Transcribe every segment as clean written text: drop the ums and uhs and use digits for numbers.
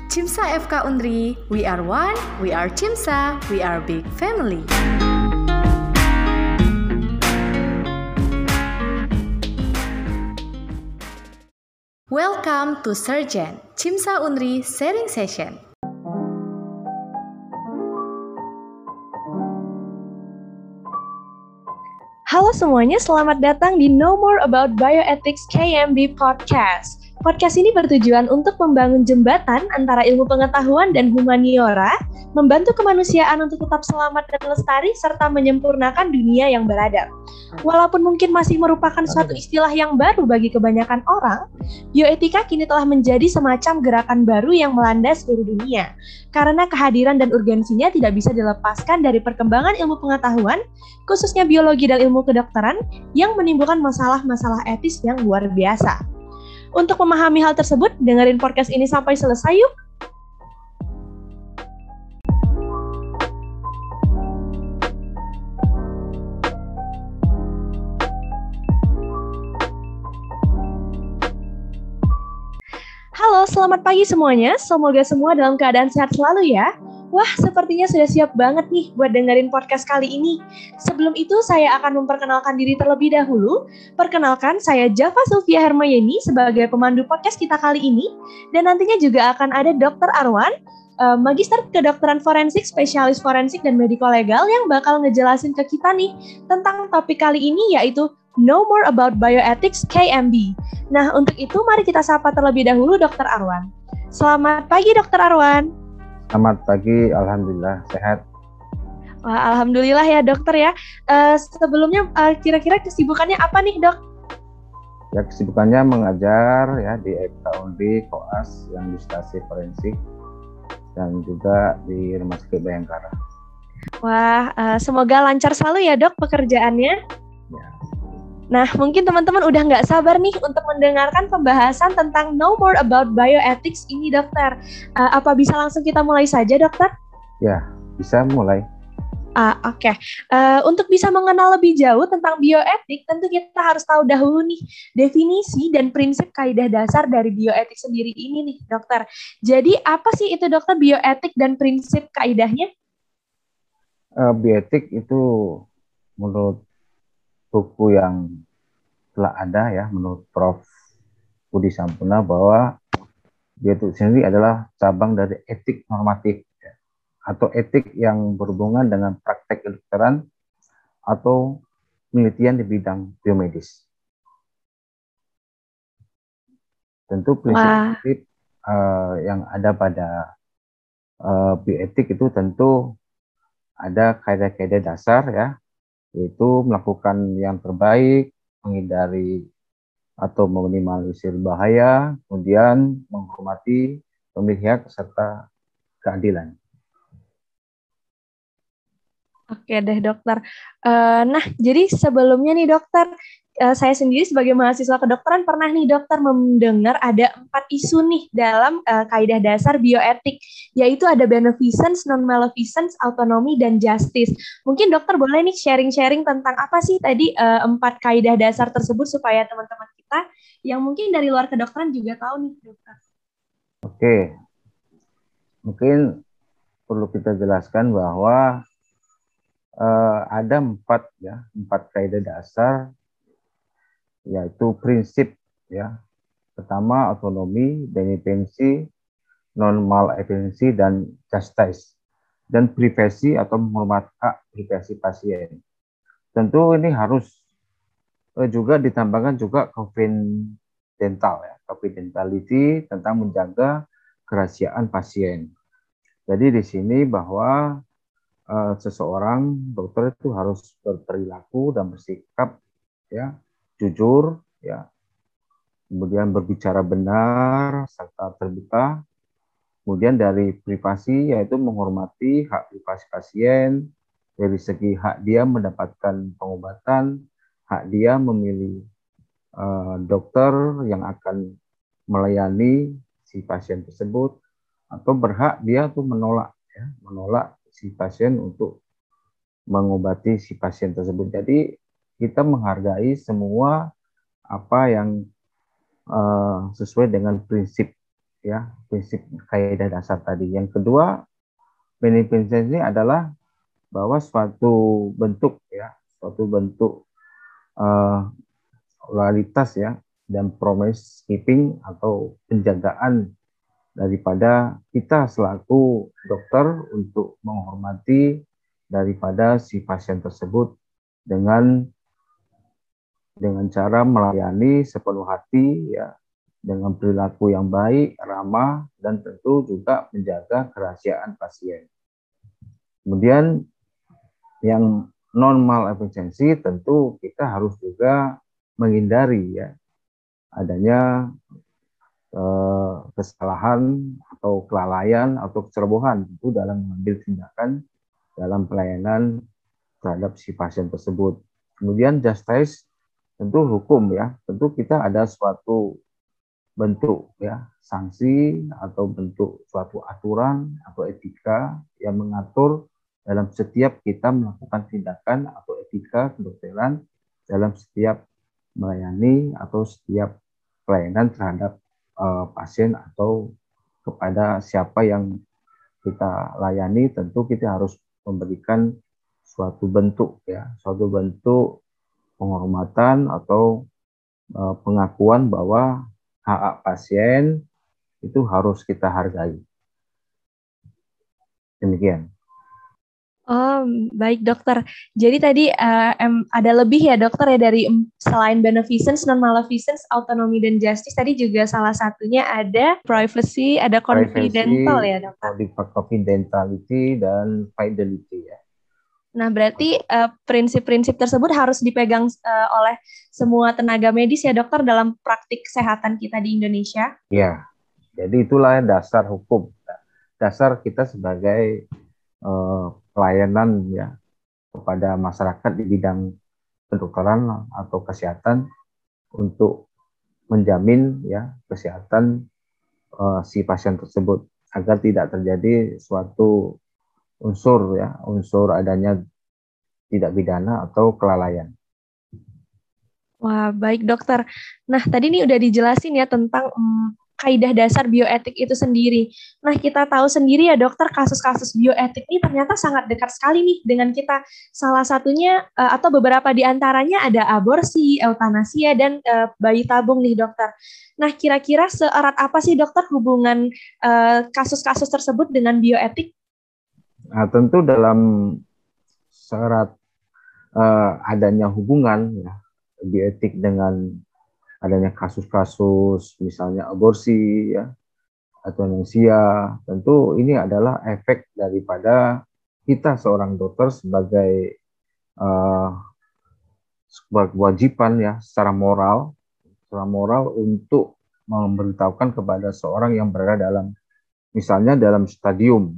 Cimsa FK Undri, we are one, we are Cimsa, we are big family. Welcome to Surgeon, Cimsa Undri Sharing Session. Halo semuanya, selamat datang di Know More About Bioethics KMB Podcast. Podcast ini bertujuan untuk membangun jembatan antara ilmu pengetahuan dan humaniora, membantu kemanusiaan untuk tetap selamat dan lestari, serta menyempurnakan dunia yang beradab. Walaupun mungkin masih merupakan suatu istilah yang baru bagi kebanyakan orang, bioetika kini telah menjadi semacam gerakan baru yang melanda seluruh dunia. Karena kehadiran dan urgensinya tidak bisa dilepaskan dari perkembangan ilmu pengetahuan, khususnya biologi dan ilmu kedokteran, yang menimbulkan masalah-masalah etis yang luar biasa. Untuk memahami hal tersebut, dengerin podcast ini sampai selesai yuk! Halo, selamat pagi semuanya. Semoga semua dalam keadaan sehat selalu ya. Wah, sepertinya sudah siap banget nih buat dengerin podcast kali ini. Sebelum itu, saya akan memperkenalkan diri terlebih dahulu. Perkenalkan, saya Java Sylvia Hermayeni sebagai pemandu podcast kita kali ini. Dan nantinya juga akan ada Dr. Arwan, Magister Kedokteran Forensik, Spesialis Forensik dan Mediko Legal yang bakal ngejelasin ke kita nih tentang topik kali ini, yaitu Know More About Bioethics KMB. Nah, untuk itu mari kita sapa terlebih dahulu Dr. Arwan. Selamat pagi Dr. Arwan. Selamat pagi, alhamdulillah sehat. Wah, alhamdulillah ya dokter ya. Sebelumnya kira-kira kesibukannya apa nih dok? Ya, kesibukannya mengajar ya di FK Undri Koas yang di stasi forensik dan juga di Rumah Sakit Bayangkara. Wah, semoga lancar selalu ya dok pekerjaannya. Ya. Nah, mungkin teman-teman udah nggak sabar nih untuk mendengarkan pembahasan tentang Know More About Bioethics ini, dokter. Apa bisa langsung kita mulai saja, dokter? Ya, bisa mulai. Oke. Untuk bisa mengenal lebih jauh tentang bioetik, tentu kita harus tahu dahulu nih definisi dan prinsip kaidah dasar dari bioetik sendiri ini nih, dokter. Jadi, apa sih itu, dokter, bioetik dan prinsip kaidahnya? Bioetik itu menurut buku yang telah ada ya, menurut Prof. Budi Sampurna, bahwa bioetik sendiri adalah cabang dari etik normatif ya, atau etik yang berhubungan dengan praktek kedokteran atau penelitian di bidang biomedis. Tentu prinsip-prinsip yang ada pada bioetik itu tentu ada kaidah-kaidah dasar ya, yaitu melakukan yang terbaik, menghindari atau meminimalisir bahaya, kemudian menghormati pemihak serta keadilan. Oke deh dokter. Nah, jadi sebelumnya nih dokter, saya sendiri sebagai mahasiswa kedokteran pernah nih dokter mendengar ada 4 isu nih dalam kaidah dasar bioetik, yaitu ada beneficence, non-maleficence, autonomy, dan justice. Mungkin dokter boleh nih sharing-sharing tentang apa sih tadi 4 kaidah dasar tersebut supaya teman-teman kita yang mungkin dari luar kedokteran juga tahu nih dokter. Oke, mungkin perlu kita jelaskan bahwa ada 4 kaidah dasar, yaitu prinsip ya. Pertama, autonomi, beneficence, non-maleficence, dan justice, dan privasi atau menghormati hak privasi pasien. Tentu ini harus juga ditambahkan juga confidential ya, confidentiality tentang menjaga kerahasiaan pasien. Jadi di sini bahwa seseorang dokter itu harus berperilaku dan bersikap ya jujur ya, kemudian berbicara benar serta terbuka. Kemudian dari privasi yaitu menghormati hak privasi pasien dari segi hak dia mendapatkan pengobatan, hak dia memilih dokter yang akan melayani si pasien tersebut, atau berhak dia tuh menolak si pasien untuk mengobati si pasien tersebut. Jadi kita menghargai semua apa yang sesuai dengan prinsip ya, prinsip kaidah dasar tadi. Yang kedua, beneficence ini adalah bahwa suatu bentuk uh, loyalitas ya dan promise keeping atau penjagaan daripada kita selaku dokter untuk menghormati daripada si pasien tersebut dengan cara melayani sepenuh hati ya, dengan perilaku yang baik, ramah, dan tentu juga menjaga kerahasiaan pasien. Kemudian yang non malefisiensi tentu kita harus juga menghindari ya adanya kesalahan atau kelalaian atau kecerobohan itu dalam mengambil tindakan dalam pelayanan terhadap si pasien tersebut. Kemudian justice tentu hukum ya, tentu kita ada suatu bentuk ya sanksi atau bentuk suatu aturan atau etika yang mengatur dalam setiap kita melakukan tindakan atau etika kedokteran dalam setiap melayani atau setiap pelayanan terhadap pasien atau kepada siapa yang kita layani. Tentu kita harus memberikan suatu bentuk penghormatan atau pengakuan bahwa hak pasien itu harus kita hargai. Demikian. Oh, baik dokter. Jadi tadi ada lebih ya dokter ya dari selain beneficence, non-maleficence, autonomy dan justice. Tadi juga salah satunya ada privacy, ada confidential ya dokter. Confidentiality dan fidelity ya. Nah berarti prinsip-prinsip tersebut harus dipegang oleh semua tenaga medis ya dokter dalam praktik kesehatan kita di Indonesia. Ya, jadi itulah dasar hukum, dasar kita sebagai pelayanan ya kepada masyarakat di bidang kedokteran atau kesehatan untuk menjamin ya kesehatan si pasien tersebut agar tidak terjadi suatu unsur adanya tidak pidana atau kelalaian. Wah, baik dokter. Nah, tadi ini udah dijelasin ya tentang kaidah dasar bioetik itu sendiri. Nah, kita tahu sendiri ya dokter, kasus-kasus bioetik ini ternyata sangat dekat sekali nih dengan kita. Salah satunya atau beberapa di antaranya ada aborsi, eutanasia, dan bayi tabung nih dokter. Nah, kira-kira seerat apa sih dokter hubungan kasus-kasus tersebut dengan bioetik? Nah, tentu dalam seerat adanya hubungan ya, bioetik dengan adanya kasus-kasus misalnya aborsi ya atau euthanasia, tentu ini adalah efek daripada kita seorang dokter sebagai kewajiban ya secara moral untuk memberitahukan kepada seorang yang berada dalam misalnya dalam stadium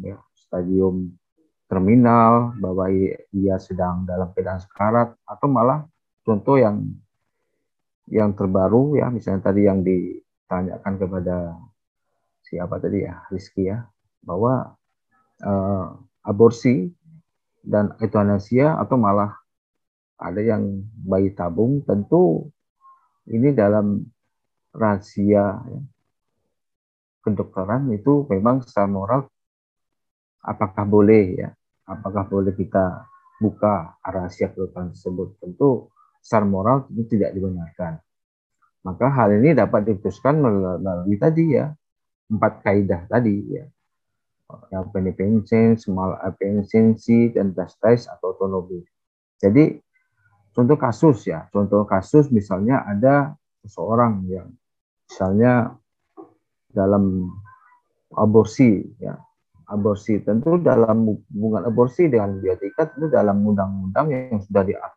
terminal bahwa ia sedang dalam keadaan sekarat, atau malah contoh yang terbaru ya misalnya tadi yang ditanyakan kepada siapa tadi ya Rizky ya bahwa aborsi dan euthanasia atau malah ada yang bayi tabung, tentu ini dalam rahasia ya, kedokteran itu memang secara moral apakah boleh kita buka rahasia kedokteran tersebut. Tentu secara moral itu tidak dibenarkan. Maka hal ini dapat diputuskan melalui tadi ya 4 kaidah tadi ya, yang beneficence, malefisiency, dan justice atau autonomy. Jadi contoh kasus misalnya ada seseorang yang misalnya dalam aborsi ya, aborsi tentu dalam hubungan aborsi dengan bioetika tentu dalam undang-undang yang sudah diatur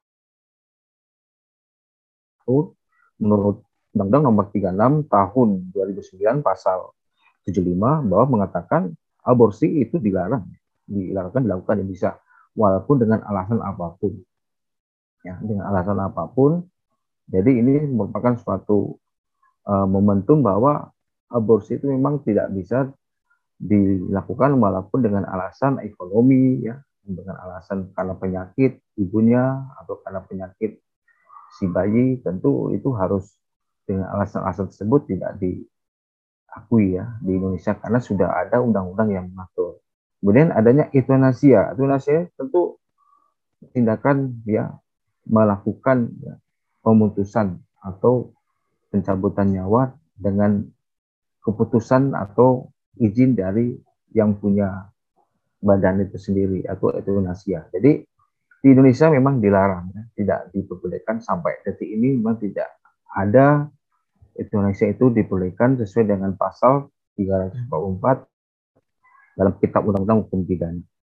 menurut Undang-Undang Nomor 36 Tahun 2009 Pasal 75 bahwa mengatakan aborsi itu dilarang dilakukan bisa walaupun dengan alasan apapun ya, dengan alasan apapun. Jadi ini merupakan suatu momentum bahwa aborsi itu memang tidak bisa dilakukan walaupun dengan alasan ekonomi ya, dengan alasan karena penyakit ibunya atau karena penyakit si bayi. Tentu itu harus dengan alasan-alasan tersebut tidak akui ya di Indonesia karena sudah ada undang-undang yang mengatur. Kemudian adanya euthanasia. Euthanasia tentu tindakan ya melakukan ya, pemutusan atau pencabutan nyawa dengan keputusan atau izin dari yang punya badan itu sendiri atau euthanasia. Jadi di Indonesia memang dilarang, ya, tidak diperbolehkan sampai detik ini memang tidak ada euthanasia itu diperbolehkan sesuai dengan pasal 344 dalam Kitab Undang-Undang Hukum Pidana.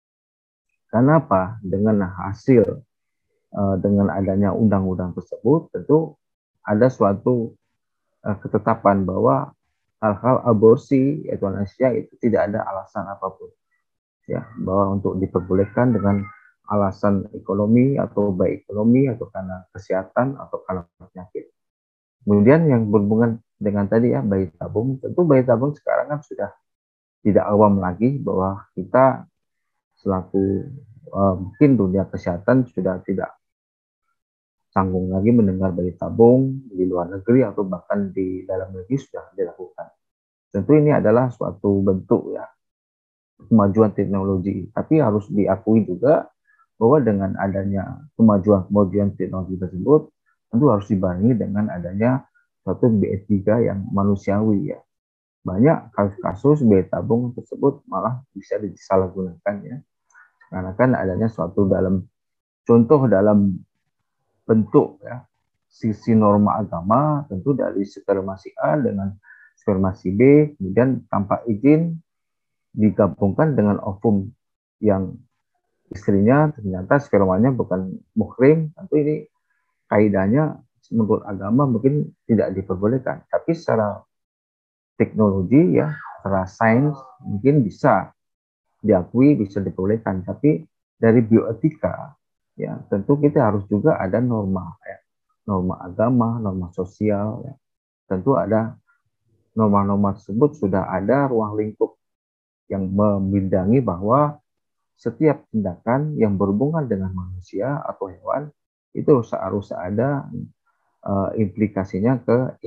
Kenapa? Dengan hasil dengan adanya undang-undang tersebut tentu ada suatu ketetapan bahwa hal-hal aborsi euthanasia itu tidak ada alasan apapun ya bahwa untuk diperbolehkan dengan alasan ekonomi atau baik ekonomi atau karena kesehatan atau karena penyakit. Kemudian yang berhubungan dengan tadi ya bayi tabung, tentu bayi tabung sekarang kan sudah tidak awam lagi bahwa kita selaku mungkin dunia kesehatan sudah tidak sanggup lagi mendengar bayi tabung di luar negeri atau bahkan di dalam negeri sudah dilakukan. Tentu ini adalah suatu bentuk ya kemajuan teknologi, tapi harus diakui juga bahwa dengan adanya kemajuan teknologi tersebut tentu harus dibarengi dengan adanya suatu bioetika yang manusiawi ya. Banyak kasus-kasus bayi tabung tersebut malah bisa disalahgunakan ya. Karena kan adanya suatu dalam contoh dalam bentuk ya sisi norma agama tentu dari spermasi A dengan spermasi B kemudian tanpa izin digabungkan dengan ovum yang istrinya ternyata spermanya bukan muhrim, tentu ini kaidahnya menurut agama mungkin tidak diperbolehkan. Tapi secara teknologi ya, secara sains mungkin bisa diakui, bisa diperbolehkan. Tapi dari bioetika ya tentu kita harus juga ada norma ya, norma agama, norma sosial ya. Tentu ada norma-norma tersebut sudah ada ruang lingkup yang membidangi bahwa setiap tindakan yang berhubungan dengan manusia atau hewan itu harus ada implikasinya ke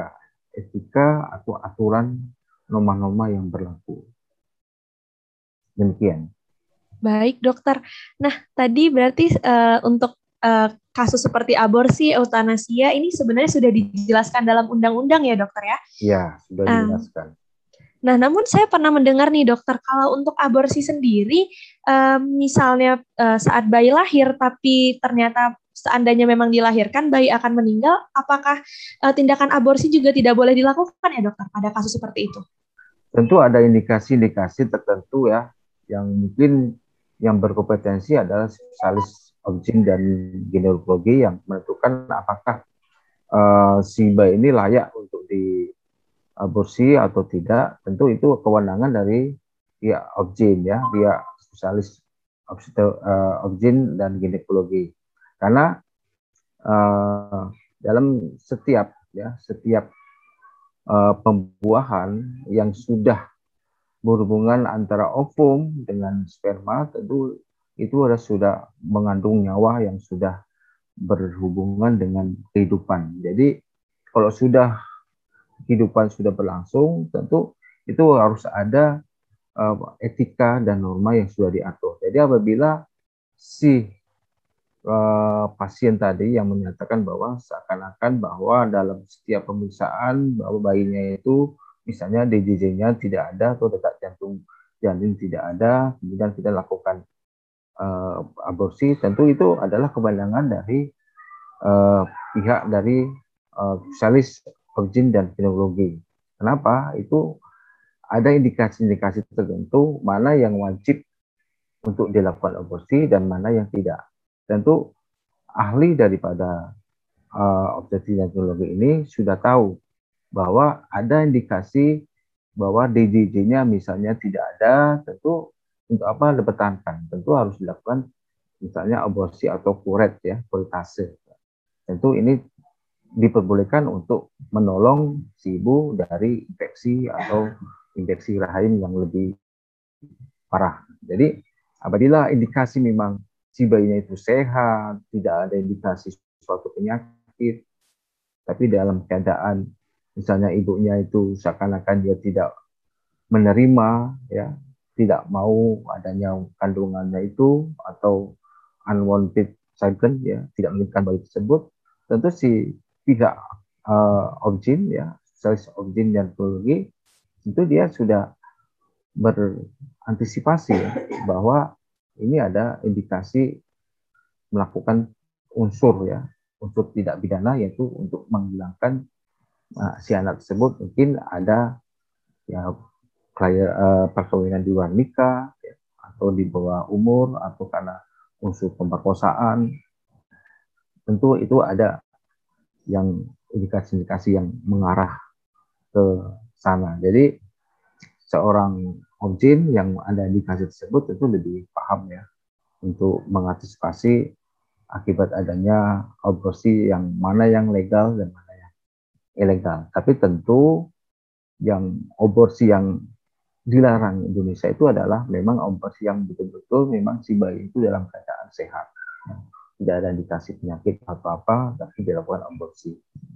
etika atau aturan norma-norma yang berlaku. Demikian. Baik, dokter. Nah, tadi berarti untuk kasus seperti aborsi, eutanasia ini sebenarnya sudah dijelaskan dalam undang-undang ya, dokter ya? Ya, sudah dijelaskan. Nah, namun saya pernah mendengar nih dokter, kalau untuk aborsi sendiri, misalnya saat bayi lahir, tapi ternyata seandainya memang dilahirkan, bayi akan meninggal, apakah tindakan aborsi juga tidak boleh dilakukan ya dokter pada kasus seperti itu? Tentu ada indikasi-indikasi tertentu ya, yang mungkin yang berkompetensi adalah spesialis obgyn dan ginekologi yang menentukan apakah si bayi ini layak untuk aborsi atau tidak. Tentu itu kewenangan dari pihak obgyn ya, pihak spesialis obgyn dan ginekologi. Karena dalam setiap pembuahan yang sudah berhubungan antara ovum dengan sperma tentu itu sudah mengandung nyawa yang sudah berhubungan dengan kehidupan. Jadi kalau sudah kehidupan sudah berlangsung, tentu itu harus ada etika dan norma yang sudah diatur. Jadi apabila si pasien tadi yang menyatakan bahwa seakan-akan bahwa dalam setiap pemeriksaan bahwa bayinya itu misalnya DJJ-nya tidak ada atau detak jantung janin tidak ada, kemudian kita lakukan aborsi, tentu itu adalah kewenangan dari pihak dari spesialis obgyn dan ginekologi. Kenapa? Itu ada indikasi-indikasi tertentu mana yang wajib untuk dilakukan aborsi dan mana yang tidak. Tentu ahli daripada obstetrik dan ginekologi ini sudah tahu bahwa ada indikasi bahwa DJJ-nya misalnya tidak ada, tentu untuk apa dipertahankan? Tentu harus dilakukan misalnya aborsi atau kuret ya, kuretase. Tentu ini diperbolehkan untuk menolong si ibu dari infeksi atau infeksi rahim yang lebih parah. Jadi apabila indikasi memang si bayinya itu sehat, tidak ada indikasi suatu penyakit, tapi dalam keadaan misalnya ibunya itu seakan-akan dia tidak menerima, ya, tidak mau adanya kandungannya itu, atau unwanted child, ya, tidak menginginkan bayi tersebut, tentu si pihak objin, ya, spesialis objin dan teknologi, itu dia sudah berantisipasi, ya, bahwa ini ada indikasi melakukan unsur, ya, unsur tidak pidana, yaitu untuk menghilangkan si anak tersebut. Mungkin ada, ya, perkawinan di luar nikah, ya, atau di bawah umur, atau karena unsur pemerkosaan. Tentu itu ada yang indikasi-indikasi yang mengarah ke sana. Jadi seorang objin yang ada indikasi tersebut itu lebih paham, ya, untuk mengantisipasi akibat adanya aborsi yang mana yang legal dan mana yang ilegal. Tapi tentu yang aborsi yang dilarang Indonesia itu adalah memang aborsi yang betul-betul memang si bayi itu dalam keadaan sehat. Tidak ada indikasi penyakit atau apa, tapi dilakukan aborsi.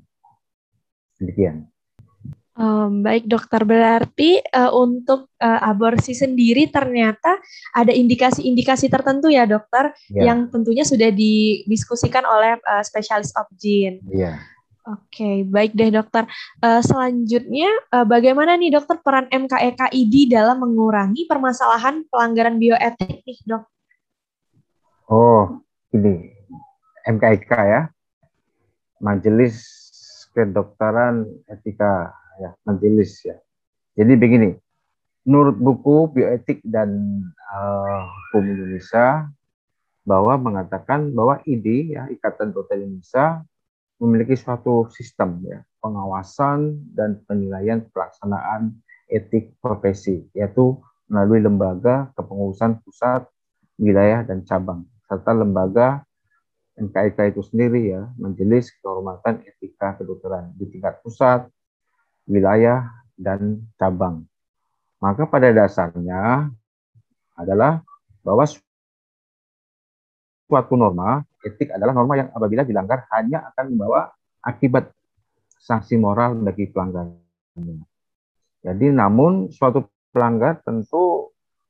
Demikian. Baik dokter, berarti untuk aborsi sendiri ternyata ada indikasi-indikasi tertentu ya dokter, yang tentunya sudah didiskusikan oleh spesialis obgyn. Iya. Oke, baik deh dokter. Selanjutnya, bagaimana nih dokter peran MKEKID dalam mengurangi permasalahan pelanggaran bioetik nih dok? Oh, ini MKEK, ya, Majelis Kedokteran Etika, ya, majelis, ya. Jadi begini, menurut buku Bioetik dan Hukum Indonesia, bahwa mengatakan bahwa ID, ya, Ikatan Dokter Indonesia, memiliki suatu sistem, ya, pengawasan dan penilaian pelaksanaan etik profesi, yaitu melalui lembaga kepengurusan pusat, wilayah, dan cabang, serta lembaga MKEK itu sendiri, ya, Majelis Kehormatan Etika Kedokteran di tingkat pusat, wilayah, dan cabang. Maka pada dasarnya adalah bahwa suatu norma etik adalah norma yang apabila dilanggar hanya akan membawa akibat sanksi moral bagi pelanggarnya. Jadi namun suatu pelanggar tentu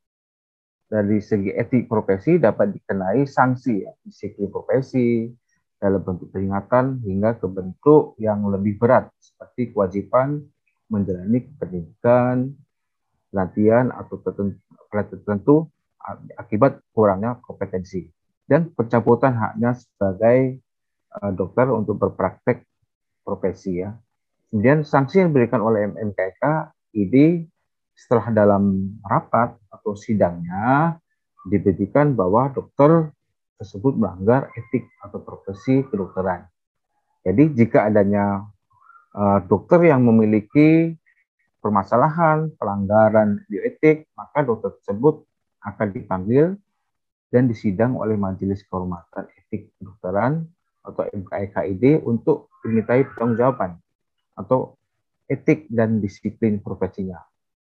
dari segi etik profesi dapat dikenai sanksi, ya, disiplin profesi dalam bentuk peringatan hingga ke bentuk yang lebih berat seperti kewajiban menjalani pendidikan, pelatihan atau tertentu akibat kurangnya kompetensi dan pencabutan haknya sebagai dokter untuk berpraktek profesi, ya. Kemudian sanksi yang diberikan oleh MKEK ini setelah dalam rapat atau sidangnya dibuktikan bahwa dokter tersebut melanggar etik atau profesi kedokteran. Jadi jika adanya dokter yang memiliki permasalahan pelanggaran bioetik, maka dokter tersebut akan dipanggil dan disidang oleh Majelis Kehormatan Etik Kedokteran atau MKEKID untuk dimintai pertanggungjawaban atau etik dan disiplin profesinya.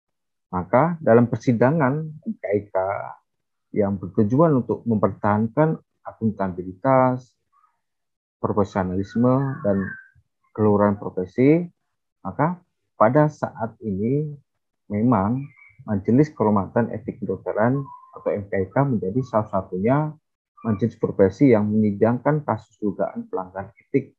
Maka dalam persidangan MKEK yang bertujuan untuk mempertahankan akuntabilitas, profesionalisme, dan keluhuran profesi, maka pada saat ini memang Majelis Kehormatan Etik Kedokteran atau MKEK menjadi salah satunya majelis profesi yang menyidangkan kasus dugaan pelanggaran etik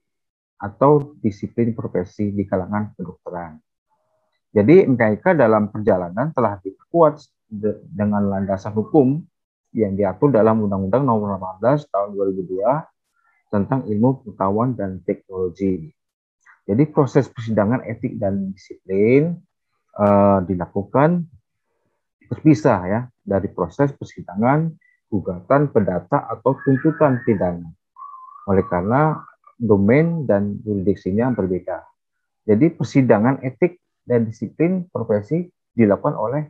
atau disiplin profesi di kalangan kedokteran. Jadi MKEK dalam perjalanan telah diperkuat dengan landasan hukum yang diatur dalam Undang-Undang Nomor 18 Tahun 2002 tentang Ilmu Pengetahuan dan Teknologi. Jadi proses persidangan etik dan disiplin dilakukan terpisah, ya, dari proses persidangan gugatan perdata atau tuntutan pidana. Oleh karena domain dan juridiksinya berbeda. Jadi persidangan etik dan disiplin profesi dilakukan oleh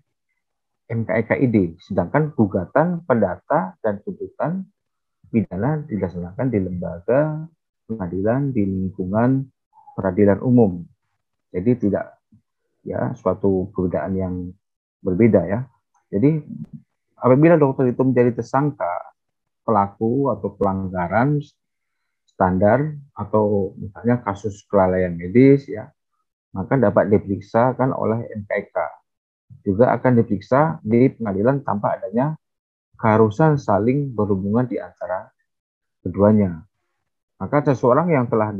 MKEKID, sedangkan gugatan perdata dan tuntutan pidana dilaksanakan di lembaga pengadilan di lingkungan peradilan umum. Jadi tidak, ya, suatu perbedaan yang berbeda, ya. Jadi apabila dokter itu menjadi tersangka pelaku atau pelanggaran standar atau misalnya kasus kelalaian medis, ya, maka dapat diperiksakan oleh MKEK. Juga akan diperiksa di pengadilan tanpa adanya keharusan saling berhubungan di antara keduanya. Maka seseorang yang telah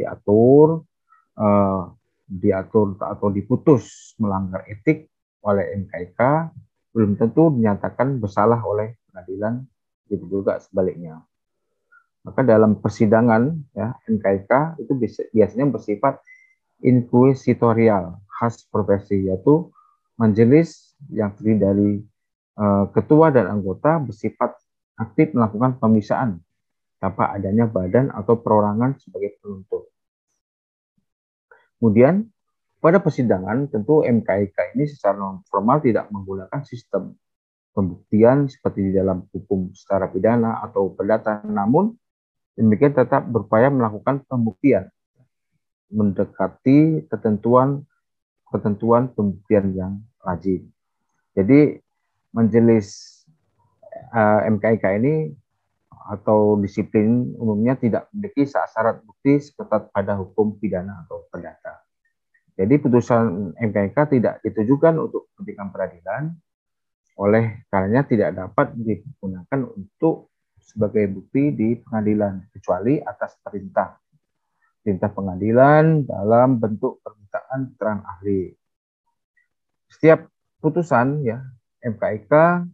diatur atau diputus melanggar etik oleh MKEK belum tentu dinyatakan bersalah oleh pengadilan, begitu juga sebaliknya. Maka dalam persidangan ya MKEK itu biasanya bersifat inkuisitorial khas profesi, yaitu majelis yang terdiri dari ketua dan anggota bersifat aktif melakukan pemeriksaan tanpa adanya badan atau perorangan sebagai penuntut. Kemudian pada persidangan tentu MKEK ini secara non formal tidak menggunakan sistem pembuktian seperti di dalam hukum secara pidana atau perdata, namun demikian tetap berupaya melakukan pembuktian mendekati ketentuan pembuktian yang lazim. Jadi majelis MKEK ini atau disiplin umumnya tidak memiliki syarat bukti seketat pada hukum pidana atau perdata. Jadi putusan MKEK tidak ditujukan untuk kepentingan peradilan, oleh karenanya tidak dapat digunakan untuk sebagai bukti di pengadilan kecuali atas perintah pengadilan dalam bentuk permintaan keterangan ahli. Setiap putusan ya MKEK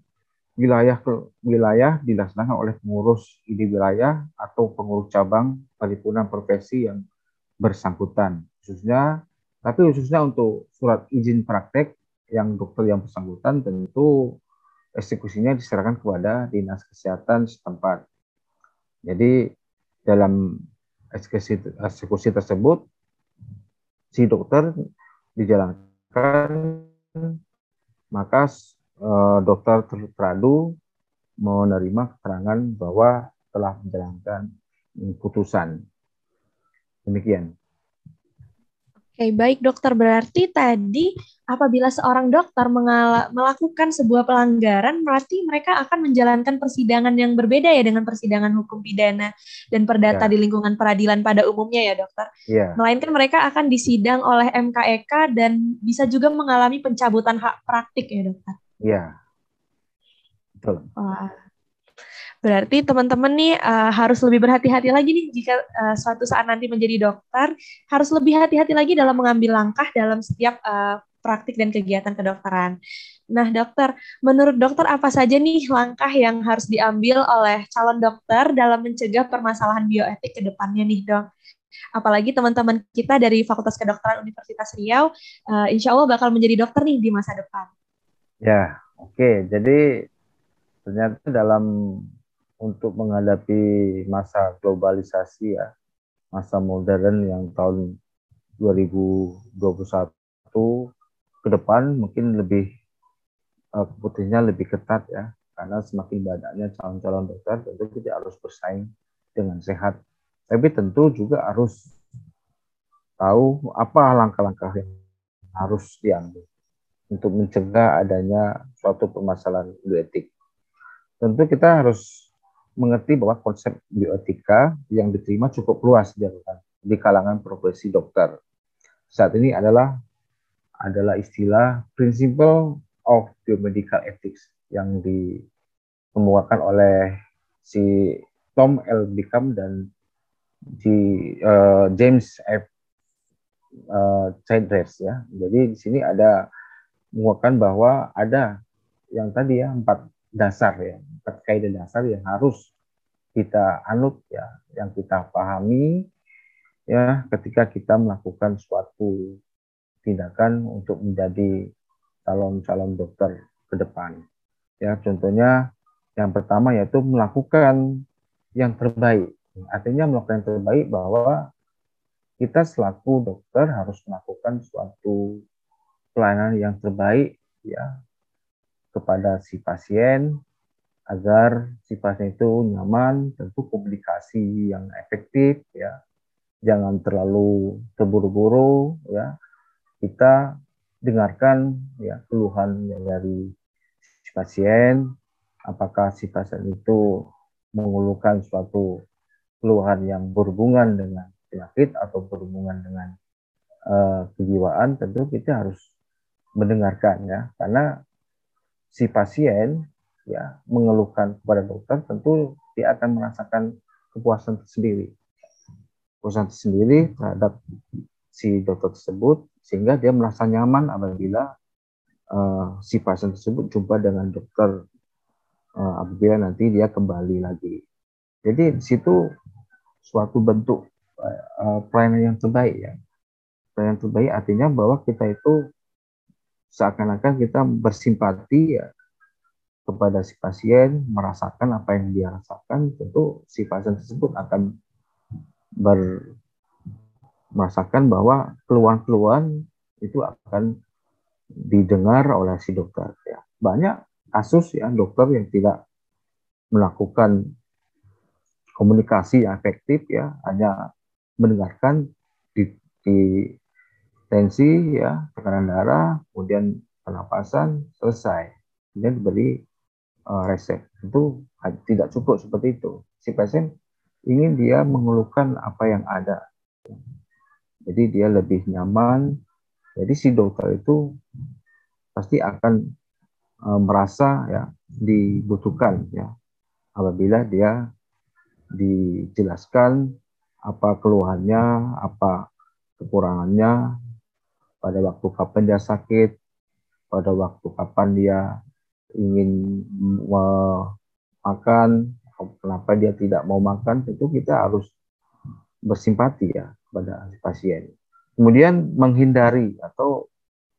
wilayah dilaksanakan oleh pengurus ID wilayah atau pengurus cabang paripurna profesi yang bersangkutan. Khususnya untuk surat izin praktek yang dokter yang bersangkutan tentu eksekusinya diserahkan kepada dinas kesehatan setempat. Jadi dalam eksekusi tersebut si dokter dijalankan, maka dokter terpadu menerima keterangan bahwa telah menjalankan putusan. Demikian. Oke, baik dokter. Berarti tadi apabila seorang dokter melakukan sebuah pelanggaran, berarti mereka akan menjalankan persidangan yang berbeda ya dengan persidangan hukum pidana dan perdata di lingkungan peradilan pada umumnya ya dokter. Melainkan mereka akan disidang oleh MKEK dan bisa juga mengalami pencabutan hak praktik ya dokter. Iya. Betul. Wah. Berarti teman-teman nih harus lebih berhati-hati lagi nih jika suatu saat nanti menjadi dokter, harus lebih hati-hati lagi dalam mengambil langkah dalam setiap praktik dan kegiatan kedokteran. Nah dokter, menurut dokter apa saja nih langkah yang harus diambil oleh calon dokter dalam mencegah permasalahan bioetik ke depannya nih dok? Apalagi teman-teman kita dari Fakultas Kedokteran Universitas Riau, insya Allah bakal menjadi dokter nih di masa depan. Ya, oke. Jadi ternyata untuk menghadapi masa globalisasi ya, masa modern yang tahun 2021 ke depan mungkin lebih keputusannya lebih ketat ya, karena semakin banyaknya calon-calon dokter tentu kita harus bersaing dengan sehat. Tapi tentu juga harus tahu apa langkah-langkah yang harus diambil untuk mencegah adanya suatu permasalahan bioetik. Tentu kita harus mengerti bahwa konsep bioetika yang diterima cukup luas di kalangan profesi dokter. Saat ini adalah istilah Principle of Biomedical Ethics yang dikemukakan oleh si Tom L. Bickham dan James F. Childress ya. Jadi di sini ada menguatkan bahwa ada yang tadi ya 4 kaidah dasar yang harus kita anut ya, yang kita pahami ya ketika kita melakukan suatu tindakan untuk menjadi calon dokter ke depan. Ya, contohnya yang pertama yaitu melakukan yang terbaik. Artinya melakukan yang terbaik bahwa kita selaku dokter harus melakukan suatu pelayanan yang terbaik ya kepada si pasien agar si pasien itu nyaman, tentu komunikasi yang efektif ya. Jangan terlalu terburu-buru ya. Kita dengarkan ya keluhan dari si pasien, apakah si pasien itu mengeluhkan suatu keluhan yang berhubungan dengan penyakit atau berhubungan dengan kejiwaan, tentu kita harus mendengarkan ya, karena si pasien ya mengeluhkan kepada dokter, tentu dia akan merasakan kepuasan tersendiri terhadap si dokter tersebut, sehingga dia merasa nyaman apabila si pasien tersebut jumpa dengan dokter apabila nanti dia kembali lagi. Jadi di situ suatu bentuk pelayanan yang terbaik ya. Pelayanan terbaik artinya bahwa kita itu seakan-akan kita bersimpati ya kepada si pasien, merasakan apa yang dia rasakan, tentu si pasien tersebut akan merasakan bahwa keluhan-keluhan itu akan didengar oleh si dokter. Ya. Banyak kasus ya dokter yang tidak melakukan komunikasi yang efektif ya, hanya mendengarkan di tensi ya, tekanan darah, kemudian pernapasan, selesai. Kemudian diberi resep. Itu tidak cukup seperti itu. Si pasien ingin dia mengeluhkan apa yang ada. Jadi dia lebih nyaman. Jadi si dokter itu pasti akan merasa ya dibutuhkan ya apabila dia dijelaskan apa keluhannya, apa kekurangannya, pada waktu kapan dia sakit, pada waktu kapan dia ingin makan, kenapa dia tidak mau makan, tentu kita harus bersimpati ya pada pasien. Kemudian menghindari atau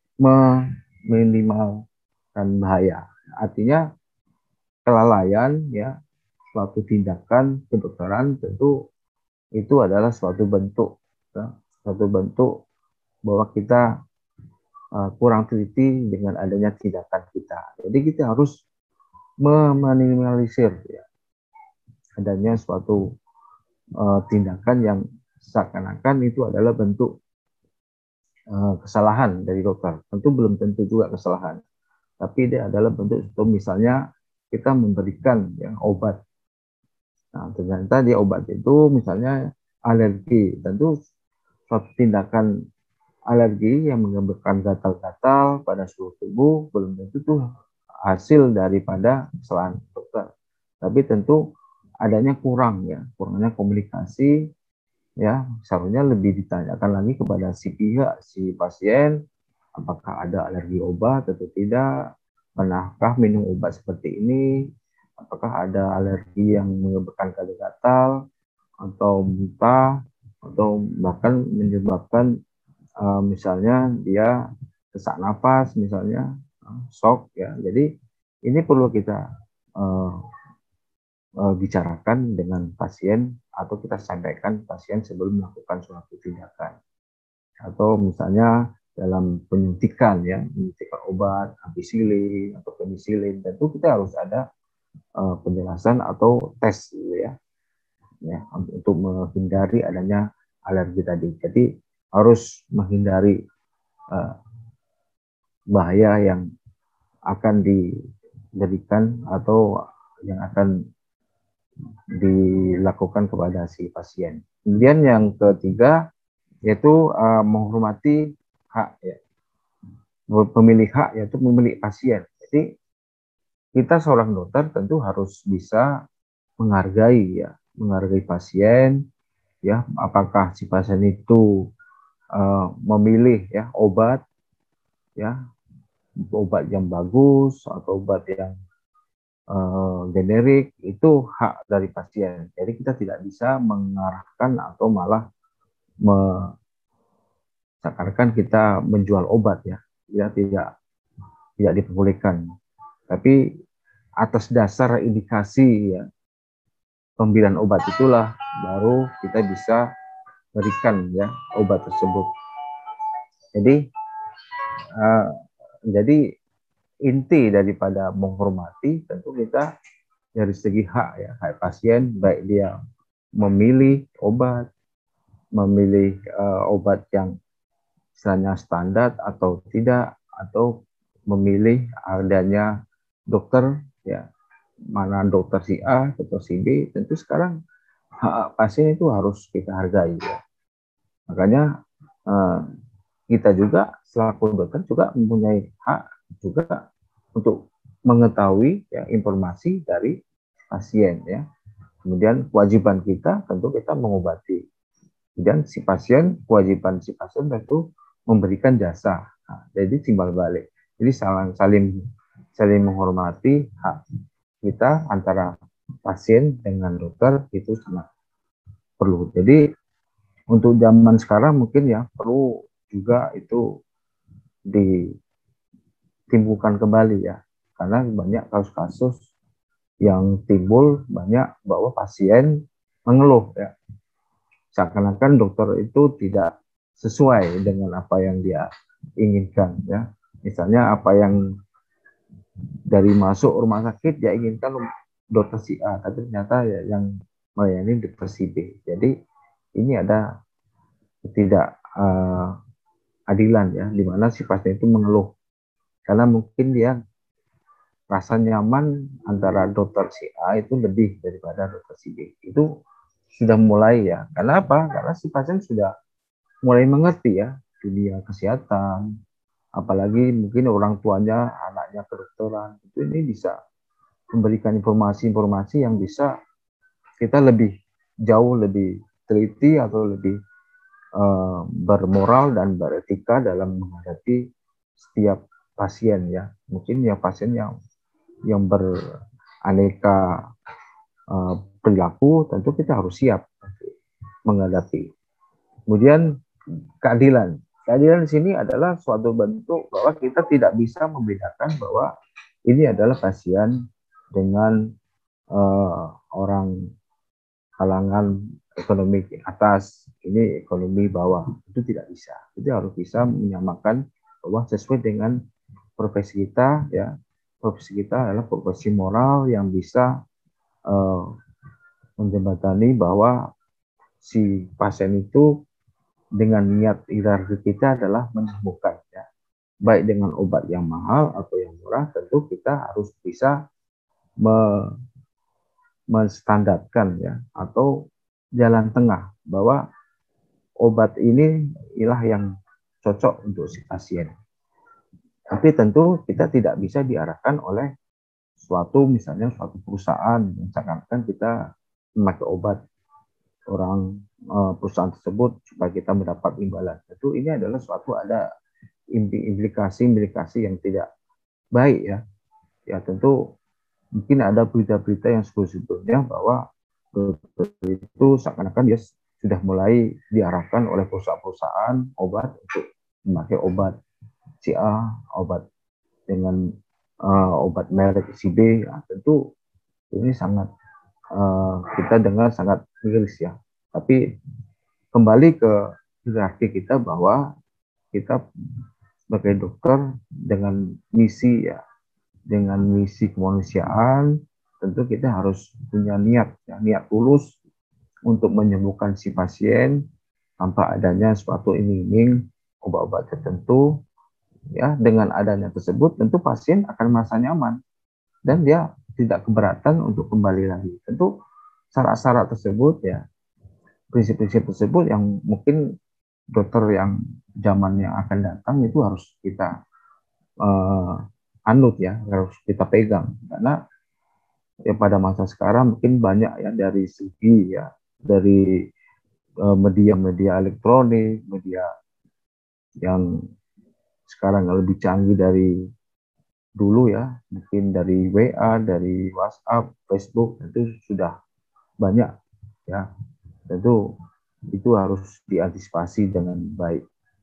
meminimalkan bahaya. Artinya kelalaian ya, suatu tindakan kedokteran tentu itu adalah suatu bentuk ya, suatu bentuk bahwa kita kurang teliti dengan adanya tindakan kita. Jadi kita harus meminimalisir ya, adanya suatu tindakan yang seakan-akan itu adalah bentuk kesalahan dari dokter. Tentu belum tentu juga kesalahan, tapi dia adalah bentuk itu, misalnya kita memberikan ya, obat. Nah, ternyata dia obat itu misalnya alergi, tentu suatu tindakan alergi yang menyebabkan gatal-gatal pada seluruh tubuh belum tentu itu hasil daripada kesalahan dokter. Tapi tentu adanya kurangnya komunikasi ya, seharusnya lebih ditanyakan lagi kepada si pihak, si pasien, apakah ada alergi obat atau tidak, pernahkah minum obat seperti ini, apakah ada alergi yang menyebabkan gatal-gatal atau muntah atau bahkan menyebabkan misalnya dia sesak nafas, misalnya shock ya. Jadi ini perlu kita bicarakan dengan pasien atau kita sampaikan pasien sebelum melakukan suatu tindakan. Atau misalnya dalam penyuntikan ya, penyuntikan obat ampicillin atau penicillin, tentu kita harus ada penjelasan atau tes ya untuk menghindari adanya alergi tadi. Jadi harus menghindari bahaya yang akan diberikan atau yang akan dilakukan kepada si pasien. Kemudian yang ketiga yaitu menghormati hak ya, pemilik hak yaitu pemilik pasien. Jadi kita seorang dokter tentu harus bisa menghargai pasien ya, apakah si pasien itu memilih ya obat yang bagus atau obat yang generik, itu hak dari pasien. Jadi kita tidak bisa mengarahkan atau malah seakan-akan kita menjual obat ya tidak diperbolehkan. Tapi atas dasar indikasi ya pembelian obat itulah baru kita bisa berikan ya obat tersebut. Jadi inti daripada menghormati tentu kita dari segi hak pasien, baik dia memilih obat yang misalnya standar atau tidak, atau memilih adanya dokter ya, mana dokter si A atau si B, tentu sekarang hak pasien itu harus kita hargai ya. Makanya kita juga selaku dokter juga mempunyai hak juga untuk mengetahui ya informasi dari pasien ya. Kemudian kewajiban kita tentu kita mengobati. Dan si pasien, kewajiban si pasien tentu memberikan jasa. Nah, jadi timbal balik. Jadi saling menghormati hak kita antara pasien dengan dokter itu sangat perlu. Jadi untuk zaman sekarang mungkin ya perlu juga itu ditimbulkan kembali ya, karena banyak kasus-kasus yang timbul banyak bahwa pasien mengeluh ya, seakan-akan dokter itu tidak sesuai dengan apa yang dia inginkan ya. Misalnya apa yang dari masuk rumah sakit dia inginkan dokter si A, tapi ternyata ya yang melayani dokter si B. Jadi ini ada tidak adilan ya, di mana si pasien itu mengeluh karena mungkin dia rasa nyaman antara dokter si A itu lebih daripada dokter si B. Itu sudah mulai ya. Karena apa? Karena si pasien sudah mulai mengerti ya dunia kesehatan, apalagi mungkin orang tuanya anaknya kedokteran, itu ini bisa memberikan informasi-informasi yang bisa kita lebih jauh lebih teliti atau lebih bermoral dan beretika dalam menghadapi setiap pasien ya. Mungkin ya pasien yang beraneka perilaku, tentu kita harus siap menghadapi. Kemudian keadilan. Keadilan di sini adalah suatu bentuk bahwa kita tidak bisa membedakan bahwa ini adalah pasien dengan orang kalangan ekonomi atas, ini ekonomi bawah. Itu tidak bisa. Jadi harus bisa menyamakan bahwa sesuai dengan profesi kita ya. Profesi kita adalah profesi moral yang bisa menjembatani bahwa si pasien itu dengan niat hierarki kita adalah menyembuhkan ya. Baik dengan obat yang mahal atau yang murah, tentu kita harus bisa menstandarkan ya, atau jalan tengah bahwa obat ini ialah yang cocok untuk si pasien. Tapi tentu kita tidak bisa diarahkan oleh misalnya suatu perusahaan yang seakan-akan kita memakai obat perusahaan tersebut supaya kita mendapat imbalan. Tentu ini adalah ada implikasi yang tidak baik ya. Ya tentu mungkin ada berita-berita yang sebelumnya bahwa itu seakan-akan dia sudah mulai diarahkan oleh perusahaan-perusahaan obat untuk memakai obat si A, obat dengan obat merek si B. Ya, tentu ini sangat kita dengar sangat miris ya. Tapi kembali ke hierarki kita bahwa kita sebagai dokter dengan misi ya, dengan misi kemanusiaan, tentu kita harus punya niat tulus untuk menyembuhkan si pasien tanpa adanya suatu iming-iming obat-obat tertentu ya. Dengan adanya tersebut tentu pasien akan merasa nyaman dan dia tidak keberatan untuk kembali lagi. Tentu syarat-syarat tersebut ya, prinsip-prinsip tersebut yang mungkin dokter yang zaman yang akan datang itu harus kita anut ya, harus kita pegang. Karena ya pada masa sekarang mungkin banyak ya dari segi ya, dari media-media elektronik, media yang sekarang lebih canggih dari dulu ya, mungkin dari WA, dari WhatsApp, Facebook, itu sudah banyak ya. Tentu itu harus diantisipasi dengan baik.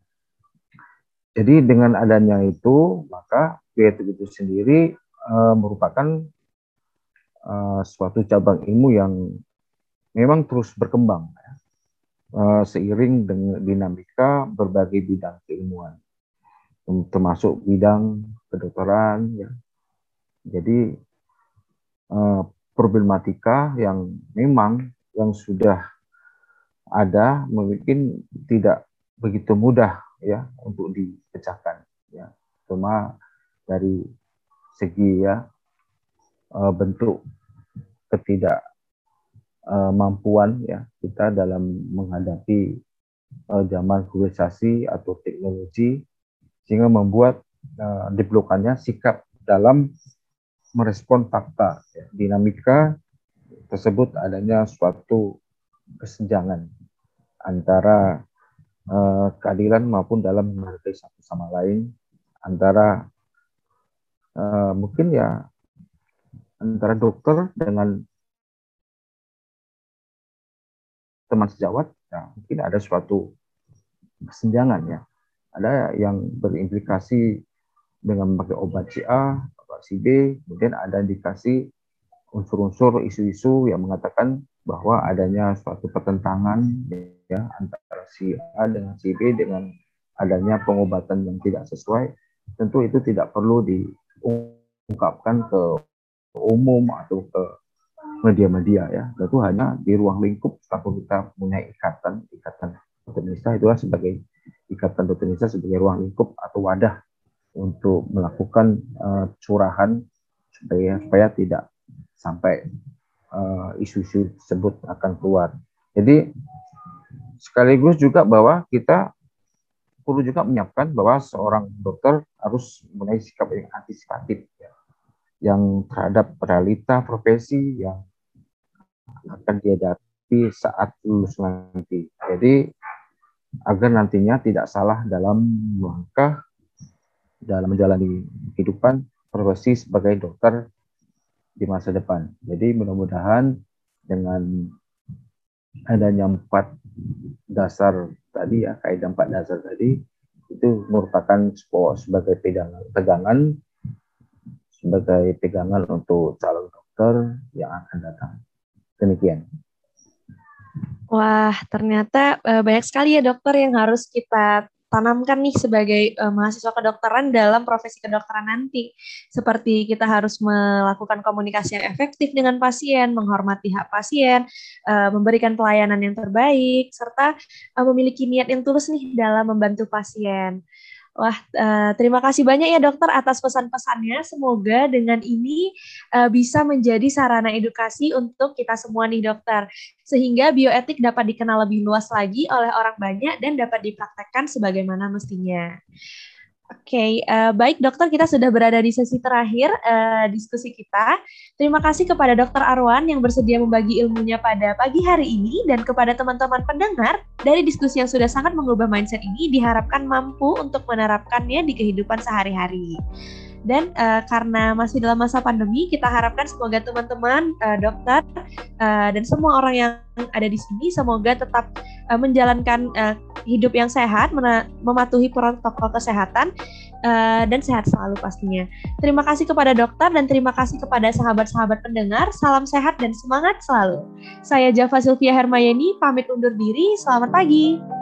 Jadi dengan adanya itu, maka kreatif itu sendiri merupakan suatu cabang ilmu yang memang terus berkembang ya, seiring dengan dinamika berbagai bidang keilmuan, termasuk bidang kedokteran ya. Jadi problematika yang memang yang sudah ada mungkin tidak begitu mudah ya untuk dipecahkan ya. Cuma dari segi ya bentuk ketidakmampuan ya kita dalam menghadapi zaman globalisasi atau teknologi, sehingga membuat diperlukannya sikap dalam merespon fakta. Dinamika tersebut adanya suatu kesenjangan antara keadilan maupun dalam menghargai satu sama lain, antara mungkin ya antara dokter dengan teman sejawat, ya, mungkin ada suatu kesenjangan ya. Ada yang berimplikasi dengan memakai obat si A, obat si B, kemudian ada indikasi unsur-unsur isu-isu yang mengatakan bahwa adanya suatu pertentangan ya antara si A dengan si B dengan adanya pengobatan yang tidak sesuai. Tentu itu tidak perlu diungkapkan ke umum atau ke media-media ya. Tentu hanya di ruang lingkup kalau kita punya ikatan Dokter Indonesia itulah sebagai ikatan Dokter Indonesia sebagai ruang lingkup atau wadah untuk melakukan curahan supaya tidak sampai isu-isu tersebut akan keluar. Jadi sekaligus juga bahwa kita perlu juga menyiapkan bahwa seorang dokter harus mempunyai sikap yang antisipatif ya, yang terhadap realita profesi yang akan dihadapi saat lulus nanti. Jadi agar nantinya tidak salah dalam langkah dalam menjalani kehidupan profesi sebagai dokter di masa depan. Jadi mudah-mudahan dengan adanya 4 dasar tadi ya, kaidah 4 dasar tadi itu merupakan sebagai pegangan untuk calon dokter yang akan datang. Demikian. Wah, ternyata banyak sekali ya dokter yang harus kita tanamkan nih sebagai mahasiswa kedokteran dalam profesi kedokteran nanti. Seperti kita harus melakukan komunikasi yang efektif dengan pasien, menghormati hak pasien, memberikan pelayanan yang terbaik, serta memiliki niat yang tulus nih dalam membantu pasien. Wah, terima kasih banyak ya dokter atas pesan-pesannya. Semoga dengan ini bisa menjadi sarana edukasi untuk kita semua nih dokter. Sehingga bioetik dapat dikenal lebih luas lagi oleh orang banyak dan dapat dipraktekkan sebagaimana mestinya. Oke, baik dokter, kita sudah berada di sesi terakhir diskusi kita. Terima kasih kepada Dr. Arwan yang bersedia membagi ilmunya pada pagi hari ini, dan kepada teman-teman pendengar, dari diskusi yang sudah sangat mengubah mindset ini diharapkan mampu untuk menerapkannya di kehidupan sehari-hari. Dan karena masih dalam masa pandemi, kita harapkan semoga teman-teman dokter dan semua orang yang ada di sini semoga tetap menjalankan hidup yang sehat, mematuhi protokol kesehatan, dan sehat selalu pastinya. Terima kasih kepada dokter dan terima kasih kepada sahabat-sahabat pendengar. Salam sehat dan semangat selalu. Saya Java Sylvia Hermayeni, pamit undur diri. Selamat pagi.